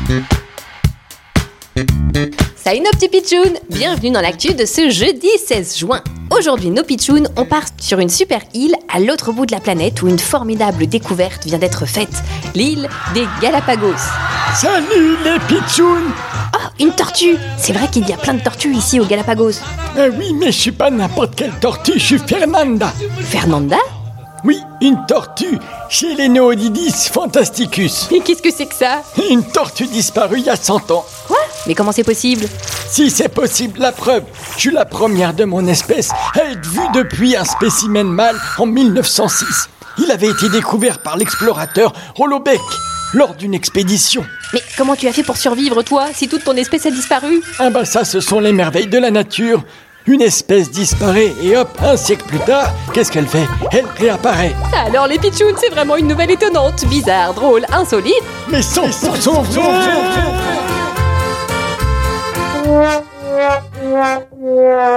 Salut nos petits pitchouns, bienvenue dans l'actu de ce jeudi 16 juin. Aujourd'hui nos pitchouns, on part sur une super île à l'autre bout de la planète où une formidable découverte vient d'être faite, l'île des Galapagos. Salut les pitchouns! Oh, une tortue! C'est vrai qu'il y a plein de tortues ici aux Galapagos. Oui, mais je suis pas n'importe quelle tortue, je suis Fernanda. Fernanda? Oui, une tortue, chez les Neodidis fantasticus. Mais qu'est-ce que c'est que ça? Une tortue disparue il y a 100 ans. Quoi? Mais comment c'est possible? Si c'est possible, la preuve, je suis la première de mon espèce à être vue depuis un spécimen mâle en 1906. Il avait été découvert par l'explorateur Holobeck lors d'une expédition. Mais comment tu as fait pour survivre toi, si toute ton espèce a disparu? Ça, ce sont les merveilles de la nature. Une espèce disparaît et hop, un siècle plus tard, qu'est-ce qu'elle fait? Elle réapparaît. Alors les pitchouns, c'est vraiment une nouvelle étonnante, bizarre, drôle, insolite. Mais 100% vrai.